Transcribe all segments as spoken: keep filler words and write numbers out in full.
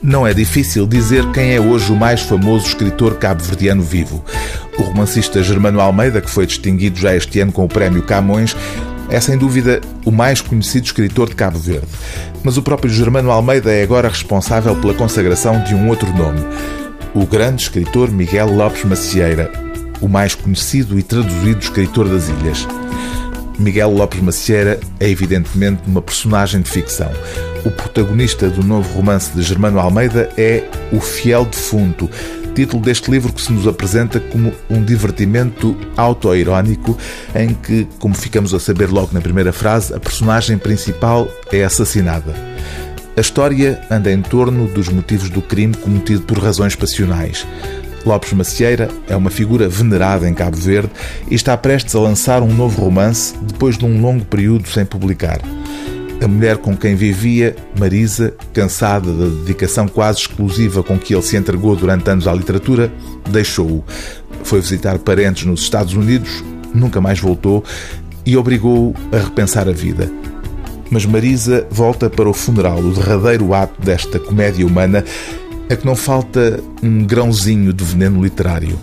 Não é difícil dizer quem é hoje o mais famoso escritor cabo-verdiano vivo. O romancista Germano Almeida, que foi distinguido já este ano com o Prémio Camões, é sem dúvida o mais conhecido escritor de Cabo Verde. Mas o próprio Germano Almeida é agora responsável pela consagração de um outro nome, o grande escritor Miguel Lopes Macieira, o mais conhecido e traduzido escritor das ilhas. Miguel Lopes Macieira é evidentemente uma personagem de ficção. O protagonista do novo romance de Germano Almeida é O Fiel Defunto, título deste livro que se nos apresenta como um divertimento autoirónico em que, como ficamos a saber logo na primeira frase, a personagem principal é assassinada. A história anda em torno dos motivos do crime cometido por razões passionais. Lopes Macieira é uma figura venerada em Cabo Verde e está prestes a lançar um novo romance depois de um longo período sem publicar. A mulher com quem vivia, Marisa, cansada da dedicação quase exclusiva com que ele se entregou durante anos à literatura, deixou-o. Foi visitar parentes nos Estados Unidos, nunca mais voltou e obrigou-o a repensar a vida. Mas Marisa volta para o funeral, o derradeiro ato desta comédia humana, a que não falta um grãozinho de veneno literário.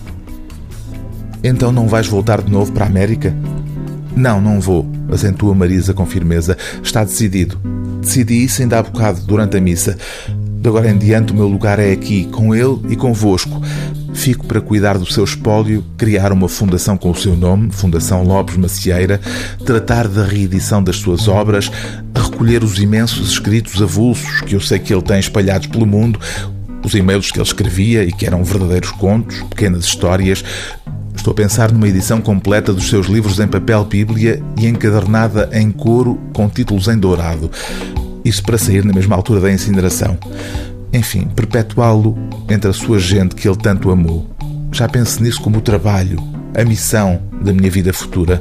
Então não vais voltar de novo para a América? Não, não vou, acentua Marisa com firmeza. Está decidido. Decidi isso ainda há bocado, durante a missa. De agora em diante o meu lugar é aqui, com ele e convosco. Fico para cuidar do seu espólio, criar uma fundação com o seu nome, Fundação Lopes Macieira, tratar da reedição das suas obras, recolher os imensos escritos avulsos que eu sei que ele tem espalhados pelo mundo, os e-mails que ele escrevia e que eram verdadeiros contos, pequenas histórias. Estou a pensar numa edição completa dos seus livros em papel bíblia e encadernada em couro com títulos em dourado. Isso para sair na mesma altura da incineração. Enfim, perpetuá-lo entre a sua gente que ele tanto amou. Já penso nisso como o trabalho, a missão da minha vida futura.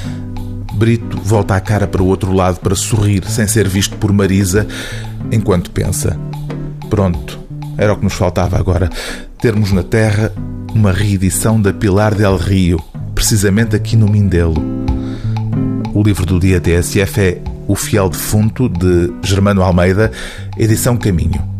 Brito volta a cara para o outro lado para sorrir sem ser visto por Marisa, enquanto pensa. Pronto, era o que nos faltava agora. Termos na terra uma reedição da Pilar del Rio, precisamente aqui no Mindelo. O livro do dia T S F é O Fiel Defunto, de Germano Almeida, edição Caminho.